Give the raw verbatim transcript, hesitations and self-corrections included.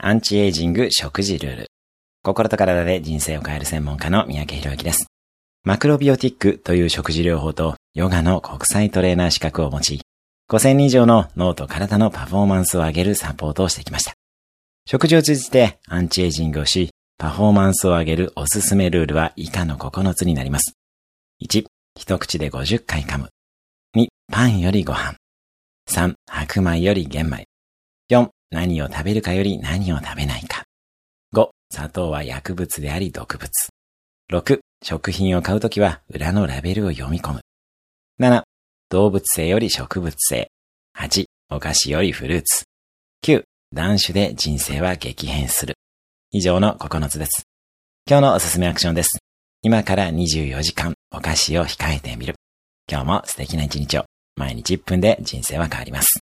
アンチエイジング食事ルール。心と体で人生を変える専門家の三宅宏之です。マクロビオティックという食事療法とヨガの国際トレーナー資格を持ち、ごせんにん以上の脳と体のパフォーマンスを上げるサポートをしてきました。食事を通じてアンチエイジングをし、パフォーマンスを上げるおすすめルールは以下のここのつになります。いち、一口でごじゅっかい噛む。に、パンよりご飯。さん、白米より玄米。よん、何を食べるかより何を食べないか。ご、砂糖は薬物であり毒物。ろく、食品を買うときは裏のラベルを読み込む。なな、動物性より植物性。はち、お菓子よりフルーツ。きゅう、断酒で人生は激変する。以上のここのつです。今日のおすすめアクションです。今からにじゅうよじかんお菓子を控えてみる。今日も素敵な一日を。毎日いっぷんで人生は変わります。